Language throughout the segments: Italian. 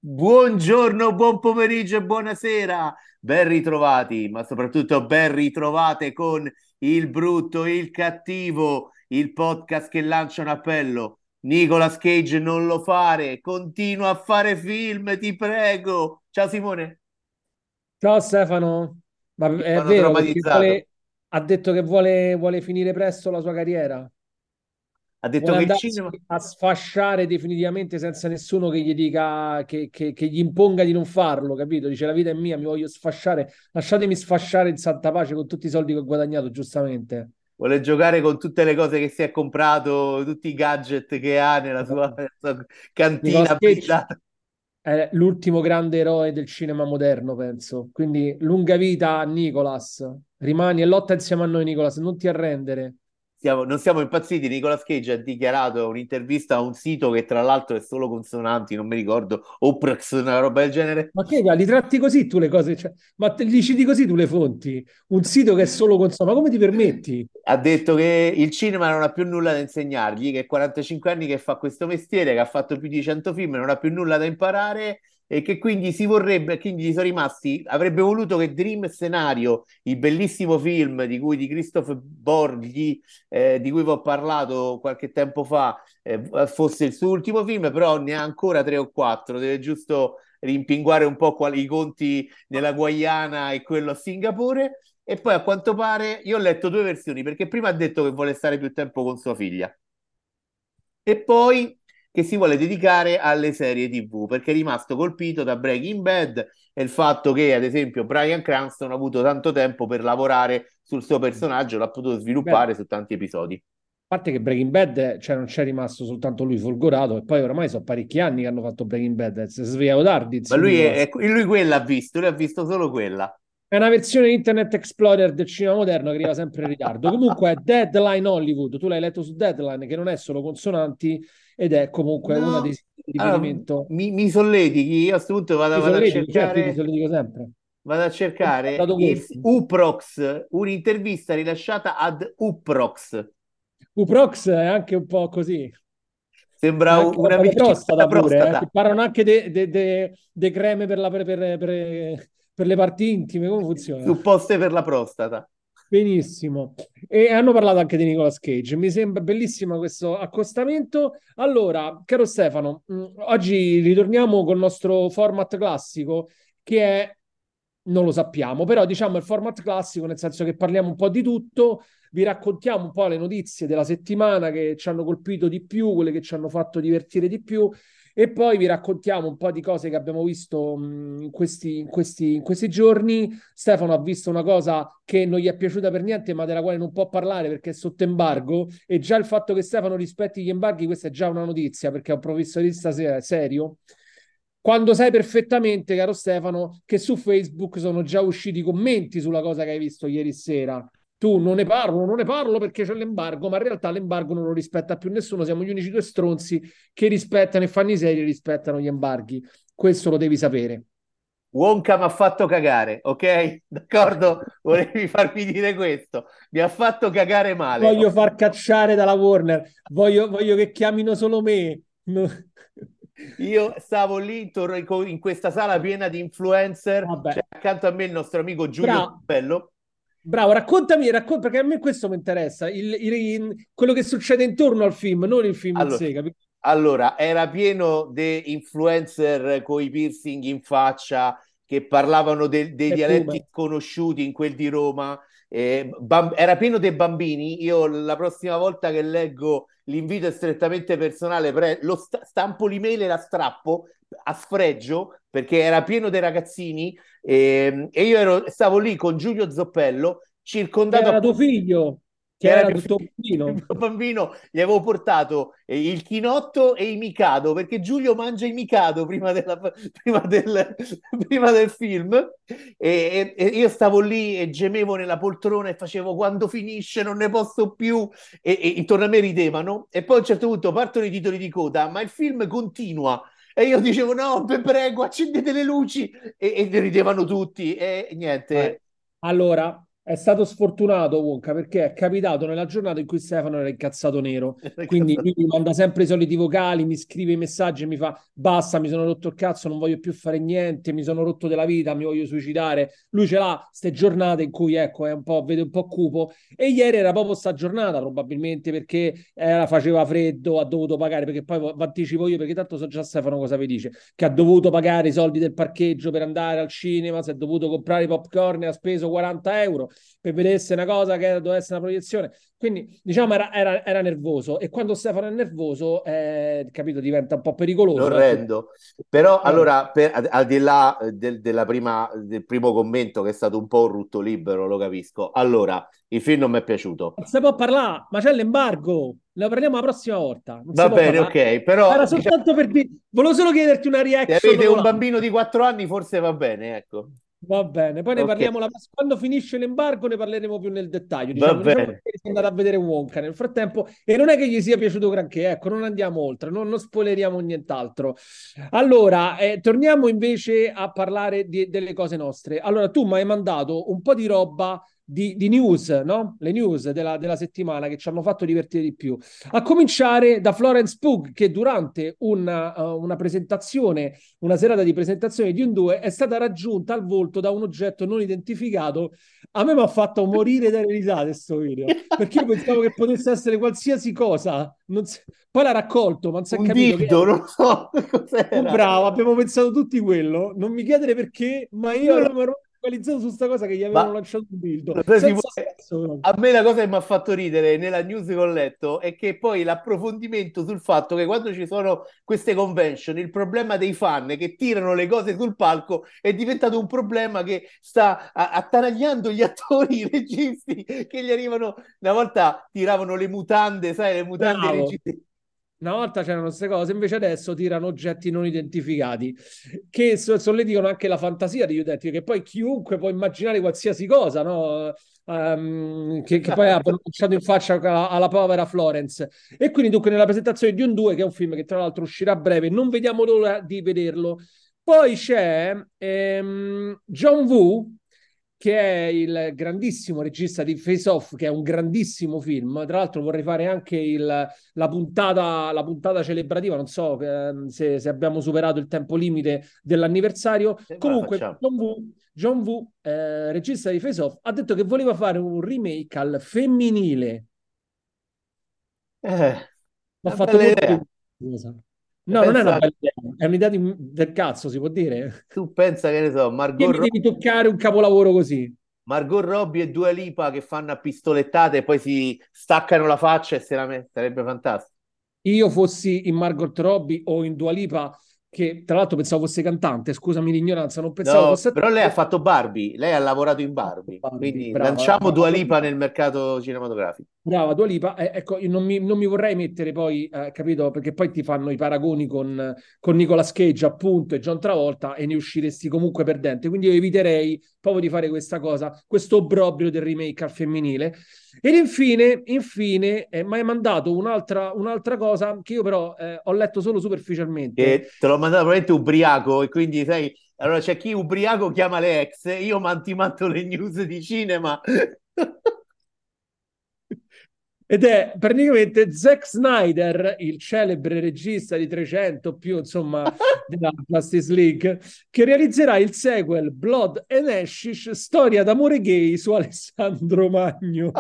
Buongiorno, buon pomeriggio e buonasera, ben ritrovati, ma soprattutto ben ritrovate con il brutto, il cattivo, il podcast che lancia un appello. Nicolas Cage non lo fare, continua a fare film, ti prego. Ciao Simone, Ciao Stefano, ma mi è hanno vero perché traumatizzato. ha detto che vuole finire presto la sua carriera, Ha detto vuole che il andarsi cinema... a sfasciare definitivamente senza nessuno che gli dica, che gli imponga di non farlo, capito? Dice la vita è mia, mi voglio sfasciare, lasciatemi sfasciare in santa pace con tutti i soldi che ho guadagnato, giustamente. Vuole giocare con tutte le cose che si è comprato, tutti i gadget che ha nella sua Nicolas cantina Cage blindata. è l'ultimo grande eroe del cinema moderno, penso. Quindi lunga vita a Nicolas. Rimani e lotta insieme a noi, Nicolas, non ti arrendere. Non siamo impazziti. Nicolas Cage ha dichiarato un'intervista a un sito che tra l'altro è solo consonanti, non mi ricordo, Oprx, una roba del genere. Ma che li tratti così tu le cose? Cioè, ma li citi così tu le fonti? Un sito che è solo console, ma come ti permetti? Ha detto che il cinema non ha più nulla da insegnargli, che è 45 anni che fa questo mestiere, che ha fatto più di 100 film, non ha più nulla da imparare e che quindi si vorrebbe, quindi gli sono rimasti, avrebbe voluto che Dream Scenario, il bellissimo film di Christophe Borghi, di cui vi ho parlato qualche tempo fa, fosse il suo ultimo film, però ne ha ancora tre o quattro, deve giusto rimpinguare un po' i conti nella Guayana e quello a Singapore. E poi a quanto pare io ho letto due versioni perché prima ha detto che vuole stare più tempo con sua figlia e poi che si vuole dedicare alle serie TV perché è rimasto colpito da Breaking Bad e il fatto che, ad esempio, Bryan Cranston ha avuto tanto tempo per lavorare sul suo personaggio, l'ha potuto Beh, sviluppare su tanti episodi. a parte che Breaking Bad, cioè, non c'è rimasto soltanto lui folgorato, e poi oramai sono parecchi anni che hanno fatto Breaking Bad. Si è svegliato tardi, Ma zio Nicolas. lui quella ha visto, lui ha visto solo quella. È una versione Internet Explorer del cinema moderno che arriva sempre in ritardo. Comunque è Deadline Hollywood, tu l'hai letto su Deadline, che non è solo consonanti ed è comunque una dei No, siti di allora, riferimento. mi solletichi, io a questo punto Ti vado a solletico, certo, io ti cercare. solletico sempre. Vado a Ho cercare guardato il questo. Uprox, un'intervista rilasciata ad Uprox. Uprox è anche un po' così. È Sembra anche una roba da medicina della prostata pure, che prostata, parlano anche de creme per le parti intime, come funziona? supposte per la prostata. Benissimo. E hanno parlato anche di Nicolas Cage. Mi sembra bellissimo questo accostamento. Allora, caro Stefano, oggi ritorniamo col nostro format classico, che è, non lo sappiamo, però diciamo il format classico, nel senso che parliamo un po' di tutto, vi raccontiamo un po' le notizie della settimana che ci hanno colpito di più, quelle che ci hanno fatto divertire di più. E poi vi raccontiamo un po' di cose che abbiamo visto in questi giorni. Stefano ha visto una cosa che non gli è piaciuta per niente, ma della quale non può parlare perché è sotto embargo. E già il fatto che Stefano rispetti gli embarghi, questa è già una notizia perché è un professionista serio. Quando sai perfettamente, caro Stefano, che su Facebook sono già usciti commenti sulla cosa che hai visto ieri sera. Tu non ne parlo perché c'è l'embargo, ma in realtà l'embargo non lo rispetta più nessuno. Siamo gli unici due stronzi che rispettano e fanno i seri e rispettano gli embarghi. Questo lo devi sapere. Wonka mi ha fatto cagare, ok? D'accordo? Volevi farmi dire questo. Mi ha fatto cagare male. Voglio far cacciare dalla Warner, voglio che chiamino solo me. No. Io stavo lì in questa sala piena di influencer, Vabbè, c'è accanto a me il nostro amico Giulio bravo, Zappello. bravo, perché a me questo mi interessa, quello che succede intorno al film, non il film in Allora, sé, capito? era pieno di influencer con i piercing in faccia che parlavano dei E dialetti come? sconosciuti in quel di Roma. Era pieno dei bambini. Io la prossima volta che leggo l'invito è strettamente personale, stampo l'email e la strappo a sfregio perché era pieno dei ragazzini e stavo lì con Giulio Zoppello Che circondato era tuo appunto figlio, che che era era mio tutto figlio, il bambino. mio bambino, gli avevo portato il chinotto e i Mikado, perché Giulio mangia i Mikado prima del, prima del film, e io stavo lì e gemevo nella poltrona e facevo quando finisce non ne posso più, e intorno a me ridevano, e poi a un certo punto partono i titoli di coda, ma il film continua. E io dicevo: no, vi prego, accendete le luci, e ridevano tutti, e Vabbè. niente. Allora, È stato sfortunato Wonka perché è capitato nella giornata in cui Stefano era incazzato nero. Quindi lui mi manda sempre i soliti vocali, mi scrive i messaggi e mi fa: Basta, mi sono rotto il cazzo, non voglio più fare niente, mi sono rotto della vita, mi voglio suicidare. Lui ce l'ha queste giornate in cui ecco, è un po', vede un po' cupo. E ieri era proprio sta giornata, probabilmente perché faceva freddo, ha dovuto pagare. Perché poi vi anticipo io, perché tanto so già Stefano cosa vi dice: che ha dovuto pagare i soldi del parcheggio per andare al cinema, si è dovuto comprare i popcorn e ha speso 40 euro per vedesse una cosa che doveva essere una proiezione. Quindi, diciamo, era nervoso. E quando Stefano è nervoso, capito, diventa un po' pericoloso. Ecco. L'orrendo. Però Eh. allora, al di là del primo commento che è stato un po' un rutto libero, lo capisco. Allora, il film non mi è piaciuto. Non si può parlare, ma c'è l'embargo. Ne parliamo la prossima volta. Non si Va può bene, parlare. ok, però Era diciamo, soltanto per dire. Volevo solo chiederti una se reaction avete un volante. bambino di 4 anni, forse va bene, ecco. Va bene, poi ne Ok, parliamo quando finisce l'embargo, ne parleremo più nel dettaglio. va Diciamo bene. che è andato a vedere Wonka nel frattempo e non è che gli sia piaciuto granché, ecco, non andiamo oltre, non spoileriamo nient'altro. Allora, torniamo invece a parlare delle cose nostre. Allora, tu mi hai mandato un po' di roba di news, no? Le news della settimana che ci hanno fatto divertire di più. A cominciare da Florence Pugh, che durante una presentazione, una serata di presentazione di un 2, è stata raggiunta al volto da un oggetto non identificato. A me mi ha fatto morire dalle risate questo video, perché io pensavo che potesse essere qualsiasi cosa. Poi l'ha raccolto, ma non si è Un capito che dildo, era. non lo so Oh, cos'era. bravo, abbiamo pensato tutti quello. Non mi chiedere perché, ma io Io lo- mi ero focalizzato su sta cosa che gli avevano Ma lanciato un dildo. lo sai, Senza Simone, senso, però. a me la cosa che mi ha fatto ridere nella news che ho letto è che poi l'approfondimento sul fatto che quando ci sono queste convention, il problema dei fan che tirano le cose sul palco è diventato un problema che sta attanagliando gli attori, i registi che gli arrivano. Una volta tiravano le mutande, sai, le mutande ai Bravo. registi. Una volta c'erano queste cose, invece adesso tirano oggetti non identificati, che solleticano anche la fantasia degli utenti, che poi chiunque può immaginare qualsiasi cosa, no? Che poi ha Esatto. lanciato in faccia alla povera Florence. E quindi dunque nella presentazione di Un 2, che è un film che tra l'altro uscirà a breve, non vediamo l'ora di vederlo. Poi c'è John Woo, che è il grandissimo regista di Face Off, che è un grandissimo film. Tra l'altro vorrei fare anche la puntata celebrativa, non so se abbiamo superato il tempo limite dell'anniversario. Ma la Comunque, facciamo. John Woo, regista di Face Off, ha detto che voleva fare un remake al femminile. Mi ha Una fatto bella molto idea. ridere questa cosa. No, non è una Pensa, bella idea, è un'idea del cazzo, si può dire. tu pensa che ne so, Che mi devi toccare un capolavoro così? Margot Robbie e Dua Lipa che fanno a pistolettate e poi si staccano la faccia e se la mettono. Sarebbe fantastico. Io fossi in Margot Robbie o in Dua Lipa, che tra l'altro pensavo fosse cantante, scusami l'ignoranza, non pensavo No, fosse però lei ha attrice. fatto Barbie, lei ha lavorato in Barbie, Barbie, quindi brava, lanciamo brava. Dua Lipa nel mercato cinematografico. Brava Dua Lipa, ecco, io non mi vorrei mettere poi, capito, perché poi ti fanno i paragoni con Nicolas Cage, appunto, e John Travolta, e ne usciresti comunque perdente. Quindi io eviterei proprio di fare questa cosa, questo obbrobrio del remake al femminile. Ed infine, mi hai mandato un'altra cosa che io però ho letto solo superficialmente. Che te l'ho mandato probabilmente ubriaco e quindi sai, allora c'è chi ubriaco chiama le ex, io ti mando le news di cinema. Ed è praticamente Zack Snyder, il celebre regista di 300 più, insomma, della Justice League, che realizzerà il sequel Blood and Ashes, storia d'amore gay su Alessandro Magno.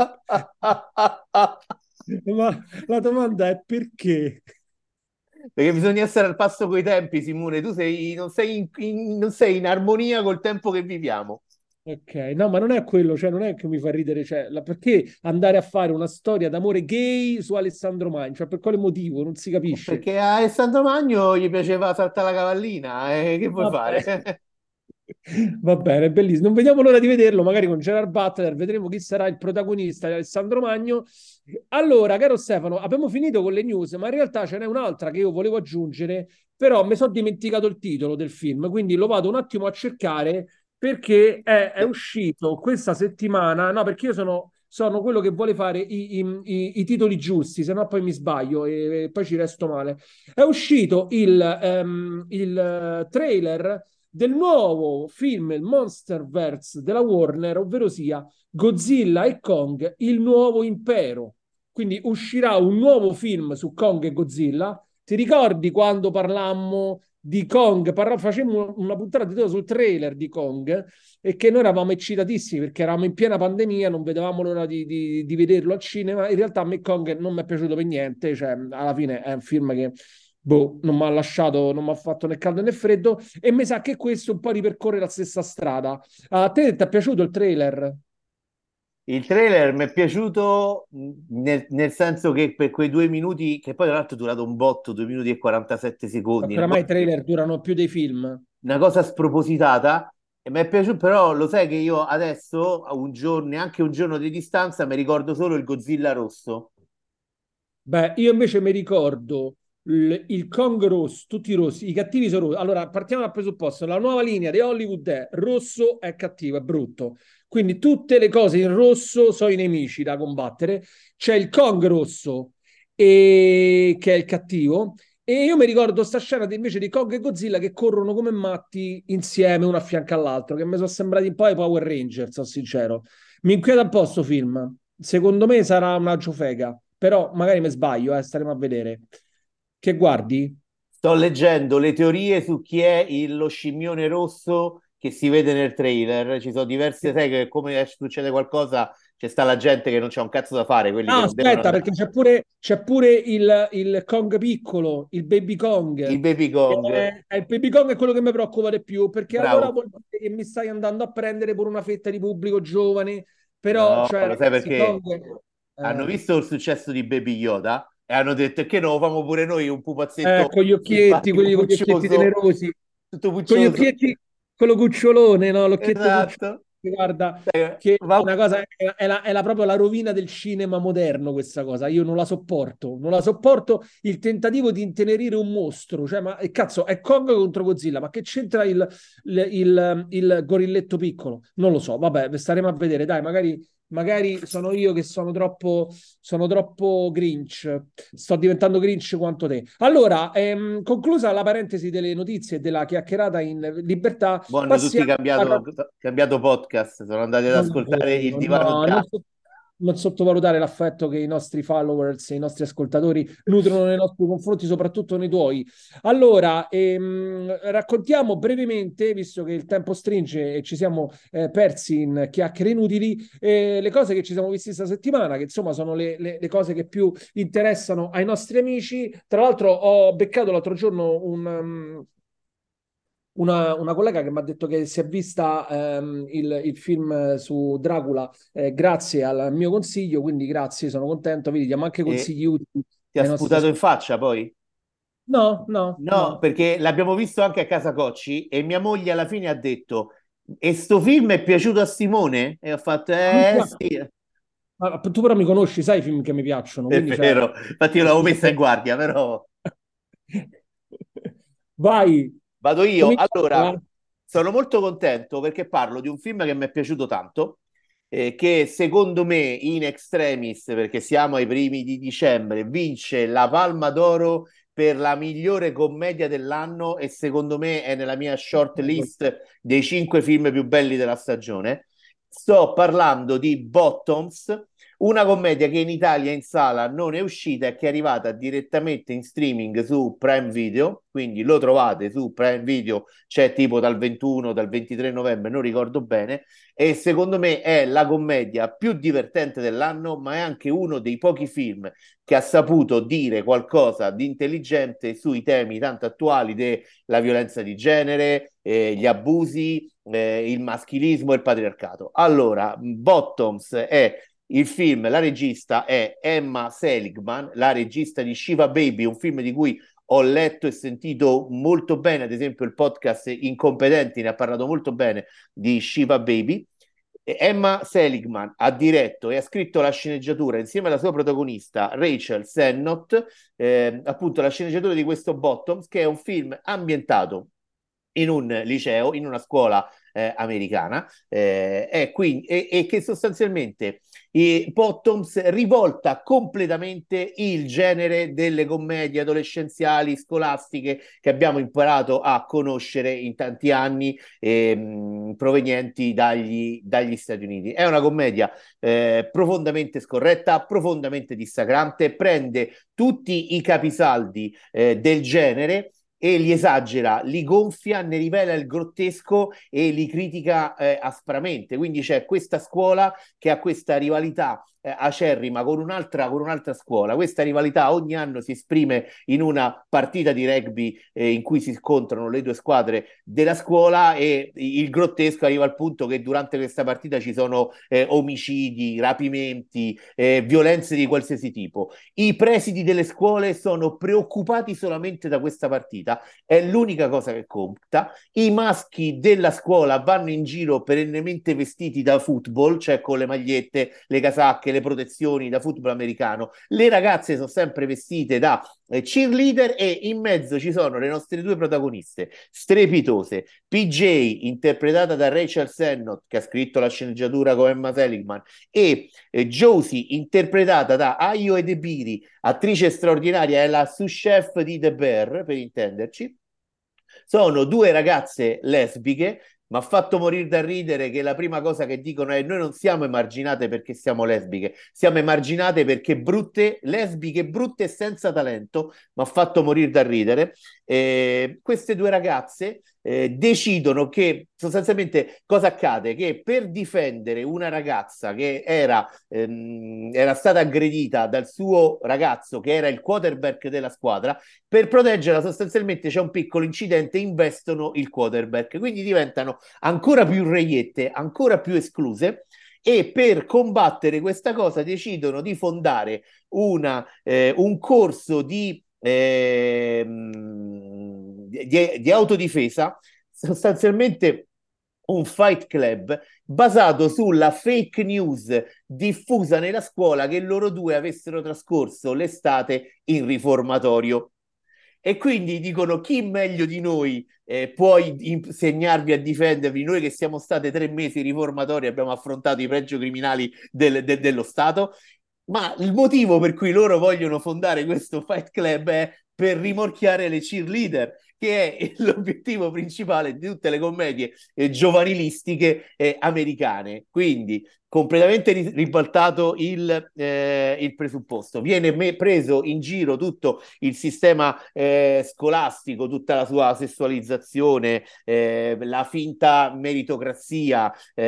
Ma la domanda è perché? Perché bisogna essere al passo coi tempi, Simone. Non sei in armonia col tempo che viviamo. Ok, no, ma non è quello, cioè non è che mi fa ridere, cioè, perché andare a fare una storia d'amore gay su Alessandro Magno? Cioè, per quale motivo? Non si capisce. Perché a Alessandro Magno gli piaceva saltare la cavallina, che vuoi Vabbè. fare? Va bene, bellissimo. Non vediamo l'ora di vederlo, magari con Gerard Butler, vedremo chi sarà il protagonista di Alessandro Magno. Allora, caro Stefano, abbiamo finito con le news, ma in realtà ce n'è un'altra che io volevo aggiungere, però mi sono dimenticato il titolo del film, quindi lo vado un attimo a cercare perché è uscito questa settimana. No, perché io sono quello che vuole fare i titoli giusti, se no poi mi sbaglio e poi ci resto male. È uscito il trailer del nuovo film, il Monsterverse della Warner, ovvero sia Godzilla e Kong, il nuovo impero. Quindi uscirà un nuovo film su Kong e Godzilla. Ti ricordi quando parlammo di Kong? Facemmo una puntata di sul trailer di Kong e che noi eravamo eccitatissimi perché eravamo in piena pandemia, non vedevamo l'ora di vederlo al cinema. In realtà a me Kong non mi è piaciuto per niente, cioè alla fine è un film che boh, non mi ha lasciato, non mi ha fatto né caldo né freddo e mi sa che questo un po' ripercorre la stessa strada. A te ti è piaciuto il trailer? Il trailer mi è piaciuto nel senso che per quei 2 minuti, che poi tra l'altro è durato un botto, 2 minuti e 47 secondi, Perché oramai i trailer durano più dei film. una cosa spropositata. E mi è piaciuto, però lo sai che io adesso, a un giorno, neanche un giorno di distanza, mi ricordo solo il Godzilla rosso. Beh, io invece mi ricordo il Kong rosso, tutti i rossi, i cattivi sono rossi. Allora, partiamo dal presupposto, la nuova linea di Hollywood è rosso è cattivo, è brutto. Quindi tutte le cose in rosso sono i nemici da combattere. C'è il Kong rosso che è il cattivo. E io mi ricordo sta scena invece di Kong e Godzilla che corrono come matti insieme uno a fianco all'altro, che mi sono sembrati un po' i Power Rangers, sono sincero. Mi inquieta un po' sto film. Secondo me sarà una ciofeca, però magari mi sbaglio, staremo a vedere. Che guardi? Sto leggendo le teorie su chi è lo scimmione rosso che si vede nel trailer. Ci sono diverse, sai che come succede qualcosa, c'è sta la gente che non c'ha un cazzo da fare, quelli No, che non devono aspetta, andare. perché c'è pure il Kong piccolo, il Baby Il Kong. Baby Kong, Il Baby Kong è quello che mi preoccupa di più, perché allora bravo. vuol dire che mi stai andando a prendere pure una fetta di pubblico giovane. Però, No, cioè, lo sai ragazzi, perché? Kong... Hanno eh, visto il successo di Baby Yoda e hanno detto e che no, famo pure noi un pupazzetto con gli occhietti, simpatico, quelli con gli occhietti puccioso, tenerosi, tutto con gli puccioso. occhietti, quello cucciolone, no? L'occhietto cucciolone, Esatto. guarda, che è Va una cosa, proprio la rovina del cinema moderno questa cosa, io non la sopporto, non la sopporto il tentativo di intenerire un mostro, cioè, ma cazzo, è Kong contro Godzilla, ma che c'entra il gorilletto piccolo? Non lo so, vabbè, staremo a vedere, dai, magari sono io che sono troppo Grinch. Sto diventando Grinch quanto te. Allora, conclusa la parentesi delle notizie e della chiacchierata in libertà, Mo hanno tutti passiamo a... cambiato podcast, sono andati ad Non è ascoltare il vero, divano no, già. non sottovalutare l'affetto che i nostri followers, i nostri ascoltatori nutrono nei nostri confronti, soprattutto nei tuoi. Allora, raccontiamo brevemente, visto che il tempo stringe e ci siamo persi in chiacchiere inutili, le cose che ci siamo visti questa settimana, che insomma sono le cose che più interessano ai nostri amici. Tra l'altro ho beccato l'altro giorno una collega che mi ha detto che si è vista il film su Dracula grazie al mio consiglio, quindi grazie, sono contento. Vedi, diamo anche E consigli utili ti ha ai nostri sputato in ascoltatori. faccia poi? No, no, No, no. perché l'abbiamo visto anche a casa Cocci e mia moglie alla fine ha detto e sto film è piaciuto a Simone? E ho fatto, A me sì, tu però mi conosci, sai i film che mi piacciono, è quindi cioè... vero. Infatti io l'avevo messa in guardia, però Vai, vado io. Allora, cominciamo. sono molto contento perché parlo di un film che mi è piaciuto tanto, che secondo me in extremis, perché siamo ai primi di dicembre, vince la Palma d'Oro per la migliore commedia dell'anno e secondo me è nella mia short list dei 5 film più belli della stagione. Sto parlando di Bottoms, una commedia che in Italia in sala non è uscita e che è arrivata direttamente in streaming su Prime Video, quindi lo trovate su Prime Video, c'è tipo dal 21, dal 23 novembre, non ricordo bene, e secondo me è la commedia più divertente dell'anno, ma è anche uno dei pochi film che ha saputo dire qualcosa di intelligente sui temi tanto attuali della violenza di genere, gli abusi, il maschilismo e il patriarcato. Allora, Bottoms è il film, la regista è Emma Seligman, la regista di Shiva Baby, un film di cui ho letto e sentito molto bene, ad esempio il podcast Incompetenti ne ha parlato molto bene di Shiva Baby. Emma Seligman ha diretto e ha scritto la sceneggiatura insieme alla sua protagonista Rachel Sennott, appunto la sceneggiatura di questo Bottoms, che è un film ambientato in un liceo, in una scuola americana, e che sostanzialmente Bottoms rivolta completamente il genere delle commedie adolescenziali scolastiche che abbiamo imparato a conoscere in tanti anni, provenienti dagli Stati Uniti. È una commedia profondamente scorretta, profondamente dissacrante, prende tutti i capisaldi del genere e li esagera, li gonfia, ne rivela il grottesco e li critica aspramente. Quindi c'è questa scuola che ha questa rivalità acerrima con un'altra scuola. Questa rivalità ogni anno si esprime in una partita di rugby in cui si scontrano le due squadre della scuola, e il grottesco arriva al punto che durante questa partita ci sono omicidi, rapimenti, violenze di qualsiasi tipo. I presidi delle scuole sono preoccupati solamente da questa partita, è l'unica cosa che conta. I maschi della scuola vanno in giro perennemente vestiti da football, cioè con le magliette, le casacche, le protezioni da football americano. Le ragazze sono sempre vestite da cheerleader, e in mezzo ci sono le nostre due protagoniste strepitose, PJ interpretata da Rachel Sennott, che ha scritto la sceneggiatura con Emma Seligman, e Josie interpretata da Ayo Edebiri, attrice straordinaria, è la sous chef di The Bear, per intenderci. Sono due ragazze lesbiche. Mi ha fatto morire da ridere che la prima cosa che dicono è: noi non siamo emarginate perché siamo lesbiche, siamo emarginate perché brutte, lesbiche brutte e senza talento. Mi ha fatto morire da ridere. Queste due ragazze decidono che sostanzialmente cosa accade? Che per difendere una ragazza che era stata aggredita dal suo ragazzo, che era il quarterback della squadra, per proteggerla sostanzialmente c'è un piccolo incidente, investono il quarterback, quindi diventano ancora più reiette, ancora più escluse, e per combattere questa cosa decidono di fondare un corso di autodifesa, sostanzialmente un fight club basato sulla fake news diffusa nella scuola che loro due avessero trascorso l'estate in riformatorio. E quindi dicono: chi meglio di noi può insegnarvi a difendervi? Noi che siamo state 3 mesi riformatori, abbiamo affrontato i peggio criminali dello Stato. Ma il motivo per cui loro vogliono fondare questo Fight Club è per rimorchiare le cheerleader, che è l'obiettivo principale di tutte le commedie giovanilistiche americane. Quindi completamente ribaltato il presupposto. Viene preso in giro tutto il sistema scolastico, tutta la sua sessualizzazione, la finta meritocrazia,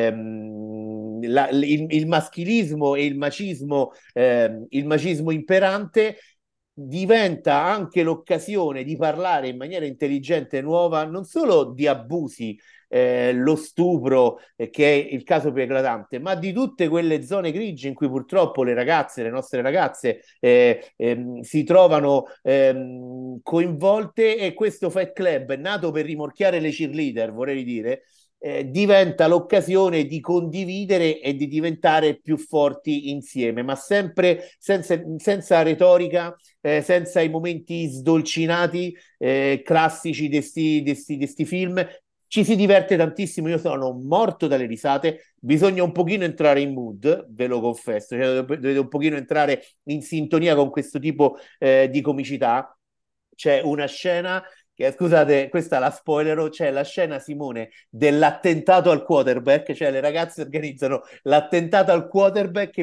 il maschilismo e il macismo imperante. Diventa anche l'occasione di parlare in maniera intelligente e nuova non solo di abusi, lo stupro, che è il caso più eclatante, ma di tutte quelle zone grigie in cui purtroppo le ragazze, le nostre ragazze, si trovano coinvolte. E questo Fight Club, nato per rimorchiare le cheerleader, vorrei dire, diventa l'occasione di condividere e di diventare più forti insieme, ma sempre senza retorica, senza i momenti sdolcinati classici di sti film. Ci si diverte tantissimo, io sono morto dalle risate. Bisogna un pochino entrare in mood, ve lo confesso, cioè, dovete un pochino entrare in sintonia con questo tipo di comicità. C'è una scena che, scusate, questa la spoilerò, c'è la scena, Simone, dell'attentato al quarterback, cioè le ragazze organizzano l'attentato al quarterback e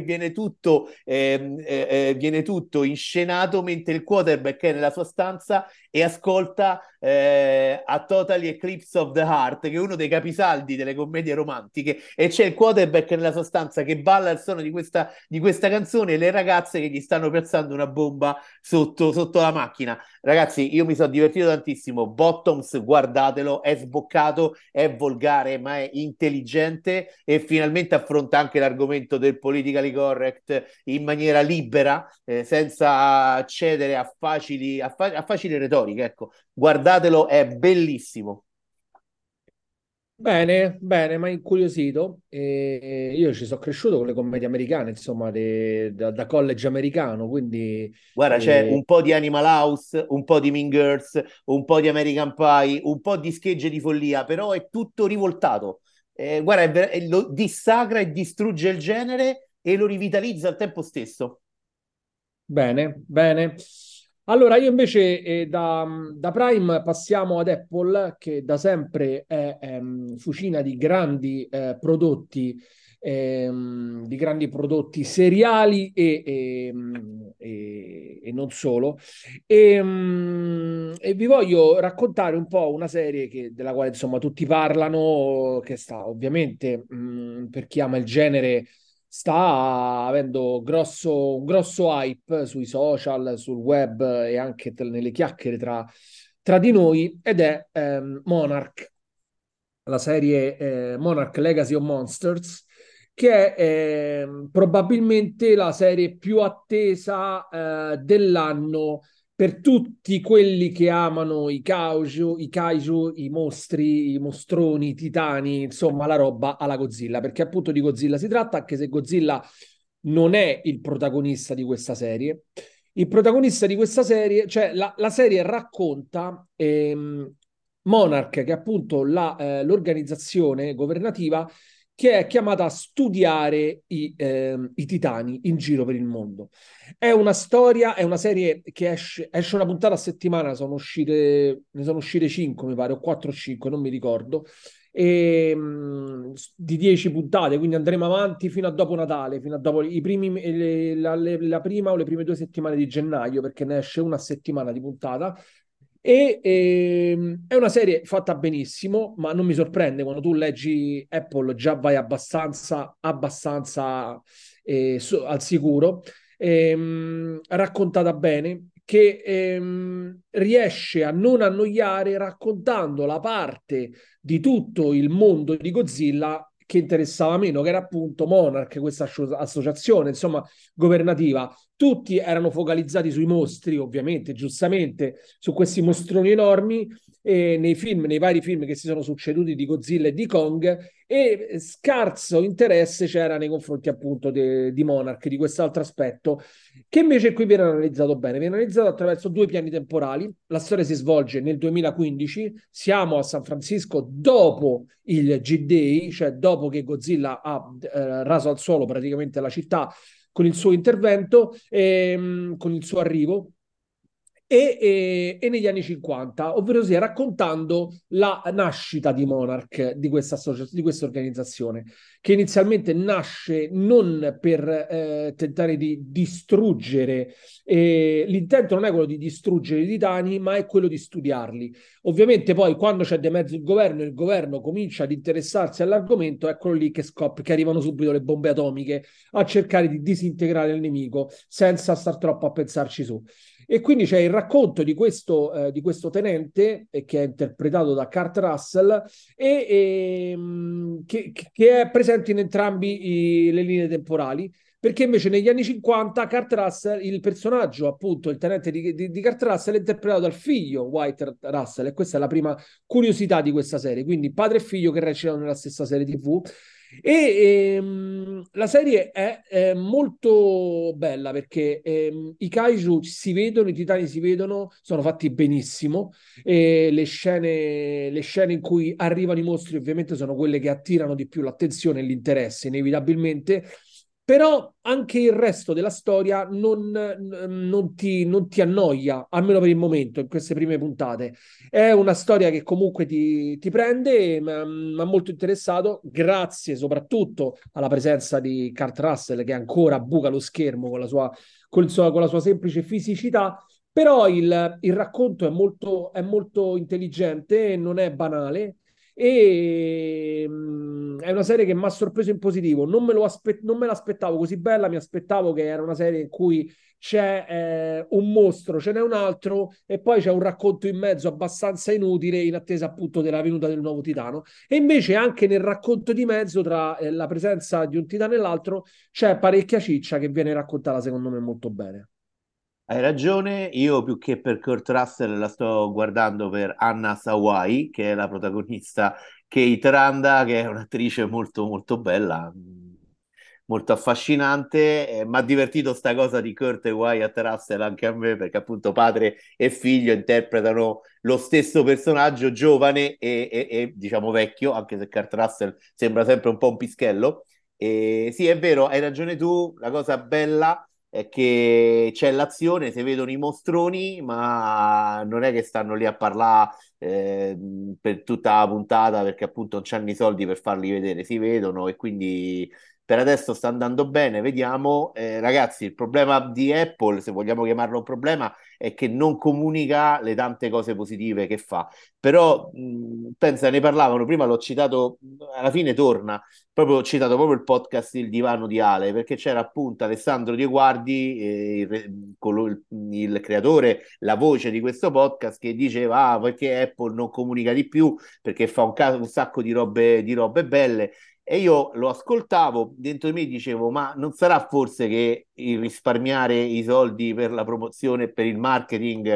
viene tutto inscenato mentre il quarterback è nella sua stanza e ascolta a Totally Eclipse of the Heart, che è uno dei capisaldi delle commedie romantiche, e c'è il quarterback nella sua stanza che balla al suono di questa canzone, e le ragazze che gli stanno piazzando una bomba sotto la macchina. Ragazzi, io mi sono divertito tantissimo. Bottoms, guardatelo, è sboccato, è volgare, ma è intelligente, e finalmente affronta anche l'argomento del politically correct in maniera libera, senza cedere a facili retoriche. Ecco, guardatelo, è bellissimo. Bene, bene, ma incuriosito. Io ci sono cresciuto con le commedie americane, insomma, da college americano, quindi Guarda, c'è eh, un po' di Animal House, un po' di Mean Girls, un po' di American Pie, un po' di schegge di follia, però è tutto rivoltato. guarda, lo dissacra e distrugge il genere e lo rivitalizza al tempo stesso. Bene, bene. Allora, io invece da Prime passiamo ad Apple, che da sempre è fucina di grandi prodotti seriali e non solo. E vi voglio raccontare un po' una serie della quale insomma tutti parlano, che sta ovviamente per chi ama il genere sta avendo un grosso hype sui social, sul web e anche nelle chiacchiere tra di noi, ed è Monarch, la serie Monarch Legacy of Monsters, che è probabilmente la serie più attesa dell'anno per tutti quelli che amano i kaiju, i mostri, i mostroni, i titani, insomma la roba alla Godzilla, perché appunto di Godzilla si tratta, anche se Godzilla non è il protagonista di questa serie. Il protagonista di questa serie, cioè la serie racconta Monarch, che è appunto l'organizzazione governativa che è chiamata a studiare i titani in giro per il mondo. È una storia, è una serie che esce una puntata a settimana, ne sono uscite 5, mi pare, o 4 o 5, non mi ricordo, di 10 puntate, quindi andremo avanti fino a dopo Natale, fino a dopo la prima o le prime 2 settimane di gennaio, perché ne esce una settimana di puntata. È una serie fatta benissimo, ma non mi sorprende quando tu leggi Apple, già vai abbastanza al sicuro. Raccontata bene, che riesce a non annoiare raccontando la parte di tutto il mondo di Godzilla che interessava meno, che era appunto Monarch, questa associazione, insomma, governativa. Tutti erano focalizzati sui mostri, ovviamente, giustamente, su questi mostroni enormi, nei vari film che si sono succeduti di Godzilla e di Kong, e scarso interesse c'era nei confronti appunto di Monarch, di quest'altro aspetto, che invece qui viene analizzato bene, viene analizzato attraverso 2 piani temporali. La storia si svolge nel 2015, siamo a San Francisco dopo il G-Day, cioè dopo che Godzilla ha raso al suolo praticamente la città con il suo intervento, con il suo arrivo, e negli anni 50, ovvero sia raccontando la nascita di Monarch, di questa organizzazione, che inizialmente nasce non per tentare di distruggere, l'intento non è quello di distruggere i titani, ma è quello di studiarli. Ovviamente poi quando c'è di mezzo il governo e il governo comincia ad interessarsi all'argomento, è quello lì che arrivano subito le bombe atomiche a cercare di disintegrare il nemico senza star troppo a pensarci su. E quindi c'è il racconto di questo tenente che è interpretato da Kurt Russell che è presente in entrambi le linee temporali, perché invece negli anni 50 Kurt Russell, il personaggio, appunto, il tenente di Kurt Russell è interpretato dal figlio Wyatt Russell, e questa è la prima curiosità di questa serie, quindi padre e figlio che recitano nella stessa serie TV. La serie è molto bella perché i kaiju si vedono, i titani si vedono, sono fatti benissimo. E le scene in cui arrivano i mostri ovviamente sono quelle che attirano di più l'attenzione e l'interesse, inevitabilmente. Però anche il resto della storia non ti annoia, almeno per il momento, in queste prime puntate. È una storia che comunque ti prende, mi ha molto interessato, grazie soprattutto alla presenza di Kurt Russell, che ancora buca lo schermo con la sua semplice fisicità. Però il racconto è molto intelligente, non è banale, e è una serie che mi ha sorpreso in positivo. Non me l'aspettavo così bella, mi aspettavo che era una serie in cui c'è un mostro, ce n'è un altro e poi c'è un racconto in mezzo abbastanza inutile in attesa appunto della venuta del nuovo titano. E invece anche nel racconto di mezzo tra la presenza di un titano e l'altro c'è parecchia ciccia che viene raccontata secondo me molto bene. Hai ragione, io più che per Kurt Russell la sto guardando per Anna Sawai, che è la protagonista, Kate Randa, che è un'attrice molto molto bella. molto affascinante. Mi ha divertito sta cosa di Kurt e Wyatt Russell anche a me, perché appunto padre e figlio interpretano lo stesso personaggio giovane e, diciamo vecchio, anche se Kurt Russell sembra sempre un po' un pischello. E sì, è vero, hai ragione tu, la cosa bella è che c'è l'azione, si vedono i mostroni, ma non è che stanno lì a parlare per tutta la puntata perché appunto non c'hanno i soldi per farli vedere, si vedono e quindi per adesso sta andando bene, vediamo. Ragazzi, il problema di Apple, se vogliamo chiamarlo un problema, è che non comunica le tante cose positive che fa. Però, pensa, ne parlavano, prima l'ho citato, alla fine torna, proprio ho citato proprio il podcast Il Divano di Ale, perché c'era appunto Alessandro Dieguardi, il creatore, la voce di questo podcast, che diceva, ah, perché Apple non comunica di più, perché fa un sacco di robe belle. E io lo ascoltavo, dentro di me dicevo, ma non sarà forse che il risparmiare i soldi per la promozione e per il marketing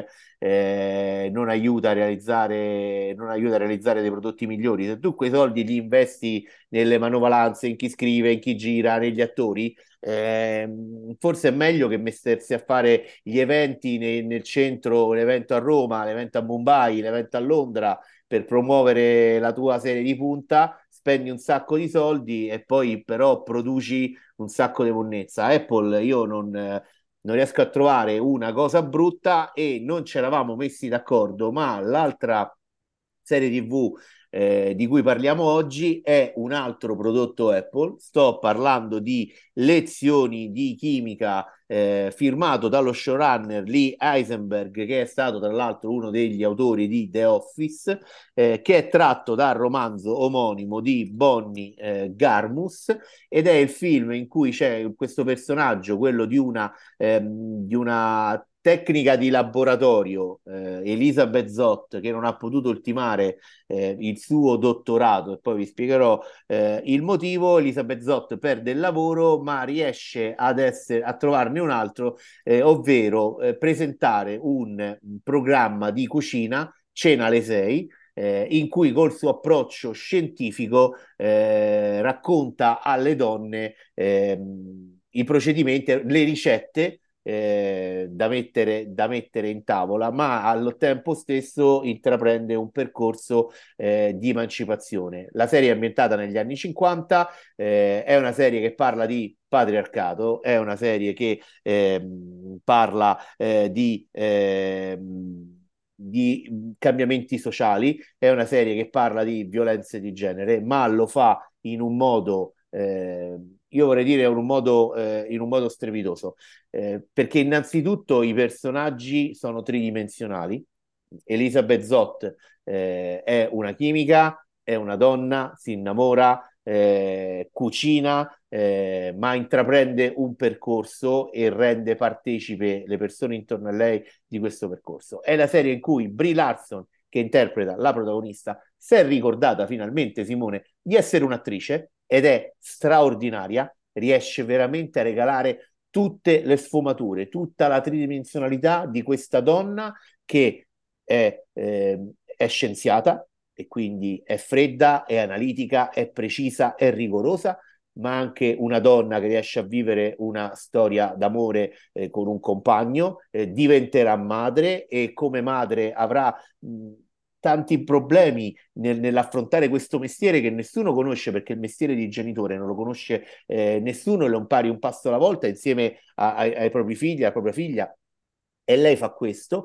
non aiuta a realizzare dei prodotti migliori? Se tu quei soldi li investi nelle manovalanze, in chi scrive, in chi gira, negli attori, forse è meglio che mettersi a fare gli eventi nel centro, l'evento a Roma, l'evento a Mumbai, l'evento a Londra per promuovere la tua serie di punta, spendi un sacco di soldi e poi però produci un sacco di monnezza. Apple, io non riesco a trovare una cosa brutta e non ci eravamo messi d'accordo, ma l'altra serie TV di cui parliamo oggi è un altro prodotto Apple. Sto parlando di Lezioni di chimica firmato dallo showrunner Lee Eisenberg, che è stato tra l'altro uno degli autori di The Office, che è tratto dal romanzo omonimo di Bonnie Garmus, ed è il film in cui c'è questo personaggio, quello di una tecnica di laboratorio, Elizabeth Zott, che non ha potuto ultimare il suo dottorato, e poi vi spiegherò il motivo. Elizabeth Zott perde il lavoro, ma riesce a trovarne un altro, ovvero presentare un programma di cucina, Cena alle 6, in cui col suo approccio scientifico racconta alle donne i procedimenti, le ricette da mettere in tavola, ma al tempo stesso intraprende un percorso di emancipazione. La serie è ambientata negli anni 50, è una serie che parla di patriarcato, è una serie che parla di cambiamenti sociali, è una serie che parla di violenze di genere, ma lo fa in un modo, io vorrei dire in un modo strepitoso, perché innanzitutto i personaggi sono tridimensionali. Elizabeth Zott è una chimica, è una donna, si innamora, cucina, ma intraprende un percorso e rende partecipe le persone intorno a lei di questo percorso. È la serie in cui Brie Larson, che interpreta la protagonista, si è ricordata finalmente, Simone, di essere un'attrice ed è straordinaria, riesce veramente a regalare tutte le sfumature, tutta la tridimensionalità di questa donna che è scienziata e quindi è fredda, è analitica, è precisa, è rigorosa, ma anche una donna che riesce a vivere una storia d'amore con un compagno, diventerà madre e come madre avrà tanti problemi nell'affrontare questo mestiere che nessuno conosce, perché il mestiere di genitore non lo conosce nessuno, e lo impari un passo alla volta insieme ai propri figli, alla propria figlia, e lei fa questo.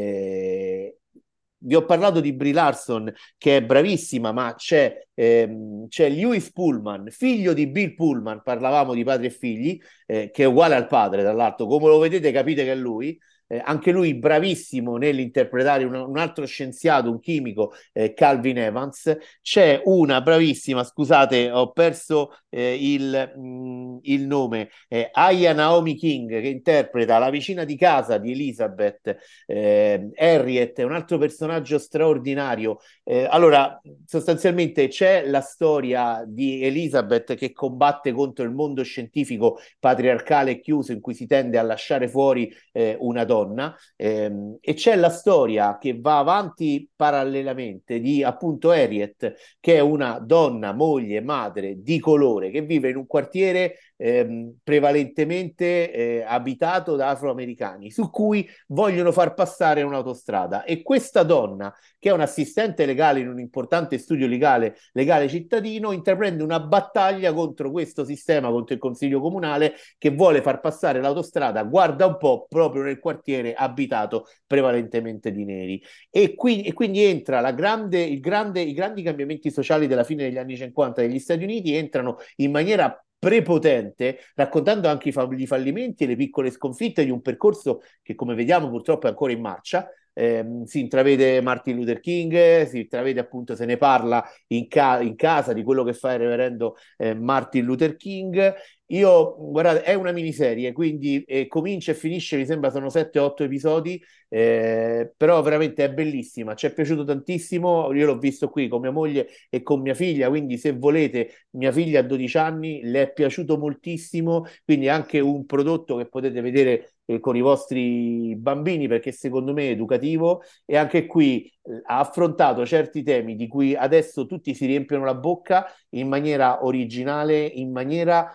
Vi ho parlato di Brie Larson, che è bravissima, ma c'è Lewis Pullman, figlio di Bill Pullman, parlavamo di padri e figli, che è uguale al padre, tra l'altro, come lo vedete capite che è lui. Anche lui bravissimo nell'interpretare un altro scienziato, un chimico, Calvin Evans. C'è una bravissima, scusate, ho perso il nome, Aya Naomi King, che interpreta la vicina di casa di Elizabeth, Harriet è un altro personaggio straordinario. Allora, sostanzialmente c'è la storia di Elizabeth che combatte contro il mondo scientifico patriarcale e chiuso in cui si tende a lasciare fuori una donna, donna, e c'è la storia che va avanti parallelamente di appunto Harriet, che è una donna, moglie, madre di colore che vive in un quartiere prevalentemente abitato da afroamericani, su cui vogliono far passare un'autostrada. E questa donna, che è un assistente legale in un importante studio legale cittadino, intraprende una battaglia contro questo sistema, contro il consiglio comunale che vuole far passare l'autostrada, guarda un po', proprio nel quartiere abitato prevalentemente di neri. E quindi entra i grandi cambiamenti sociali della fine degli anni 50 degli Stati Uniti entrano in maniera prepotente, raccontando anche i fallimenti e le piccole sconfitte di un percorso che, come vediamo, purtroppo è ancora in marcia. Si intravede Martin Luther King, si intravede appunto, se ne parla in casa di quello che fa il reverendo Martin Luther King. Io, guardate, è una miniserie, quindi comincia e finisce, mi sembra sono 7-8 episodi, però veramente è bellissima, ci è piaciuto tantissimo, io l'ho visto qui con mia moglie e con mia figlia, quindi se volete, mia figlia ha 12 anni, le è piaciuto moltissimo, quindi è anche un prodotto che potete vedere con i vostri bambini perché secondo me è educativo e anche qui ha affrontato certi temi di cui adesso tutti si riempiono la bocca in maniera originale, in maniera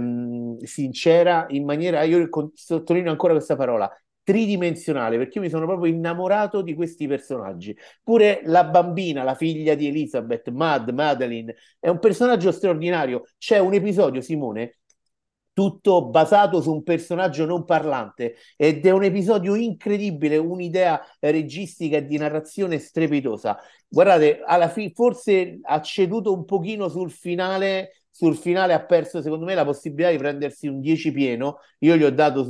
sincera, in maniera, io sottolineo ancora questa parola, tridimensionale, perché io mi sono proprio innamorato di questi personaggi. Pure la bambina, la figlia di Elizabeth, Madeline, è un personaggio straordinario. C'è un episodio, Simone, tutto basato su un personaggio non parlante ed è un episodio incredibile, un'idea registica e di narrazione strepitosa. Guardate, alla fine forse ha ceduto un pochino sul finale ha perso secondo me la possibilità di prendersi un 10 pieno. Io gli ho dato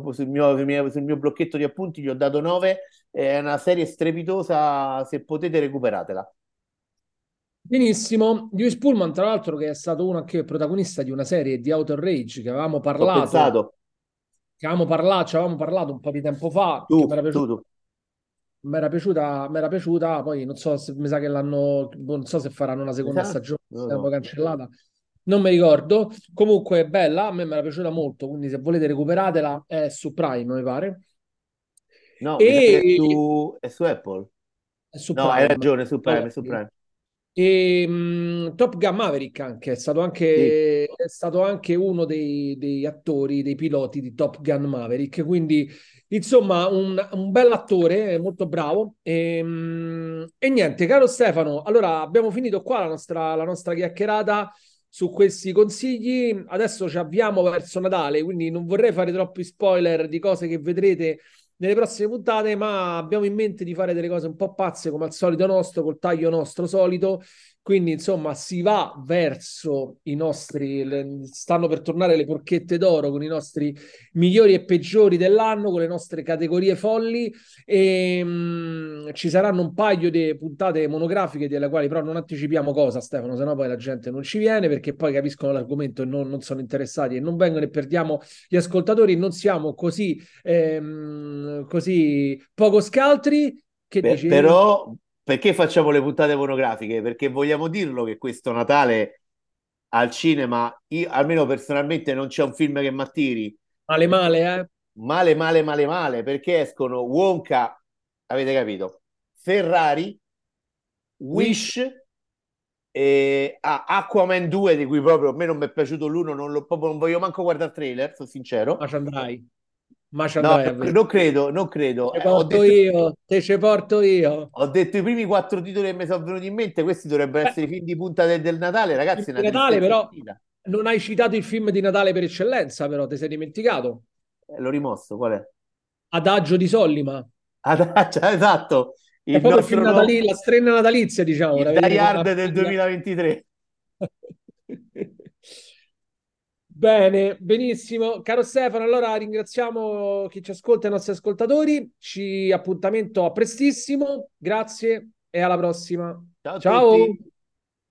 sul mio blocchetto di appunti, gli ho dato 9, è una serie strepitosa, se potete recuperatela. Benissimo. Lewis Pullman, tra l'altro, che è stato uno anche protagonista di una serie di Outer Rage Ho pensato, ci avevamo parlato un po' di tempo fa, che tu, tu, tu. mi era piaciuta, poi non so se mi sa che non so se faranno una Mi seconda sa? stagione, Non lo se so. l'hanno cancellata, non mi ricordo. Comunque è bella, a me mi era piaciuta molto, quindi se volete recuperatela, è su Prime, mi pare. No, mi sa che E è su Apple. è su No, hai Prime. ragione, è su Prime, è su Ok. Prime. E Top Gun Maverick anche, Sì. è stato anche uno dei attori, dei piloti di Top Gun Maverick, quindi insomma un bel attore, molto bravo. E niente, caro Stefano, allora abbiamo finito qua la nostra chiacchierata su questi consigli, adesso ci avviamo verso Natale, quindi non vorrei fare troppi spoiler di cose che vedrete nelle prossime puntate, ma abbiamo in mente di fare delle cose un po' pazze come al solito nostro, col taglio nostro solito. Quindi, insomma, si va verso stanno per tornare le porchette d'oro con i nostri migliori e peggiori dell'anno, con le nostre categorie folli. E ci saranno un paio di puntate monografiche delle quali però non anticipiamo cosa, Stefano, sennò poi la gente non ci viene perché poi capiscono l'argomento e non sono interessati e non vengono e perdiamo gli ascoltatori. Non siamo così poco scaltri. Che Beh, dici? però, perché facciamo le puntate monografiche? Perché vogliamo dirlo che questo Natale al cinema, io, almeno personalmente, non c'è un film che mi attiri. Male male, eh? Male, male, male, male, perché escono Wonka, avete capito? Ferrari, Wish, Wish e Aquaman 2, di cui proprio a me non mi è piaciuto l'uno, proprio non voglio manco guardare il trailer, sono sincero. ma ci No, andrai a vedere. non credo, non credo. Te porto io, te ci porto io. Ho detto i primi quattro titoli che mi sono venuti in mente, questi dovrebbero Beh, essere i film di punta del Natale, film ragazzi, è di una Natale, tristezza però infinita. non hai citato il film di Natale per eccellenza, però ti sei dimenticato. L'ho rimosso, qual è? Adagio di Sollima. Cioè, esatto, È il proprio il film nostro natalizio, la strenna natalizia, diciamo, da il Die vedere con la Hard del famiglia. 2023. Bene, benissimo. Caro Stefano, allora ringraziamo chi ci ascolta e i nostri ascoltatori. Ci appuntamento a prestissimo. Grazie e alla prossima. Ciao a Ciao. tutti.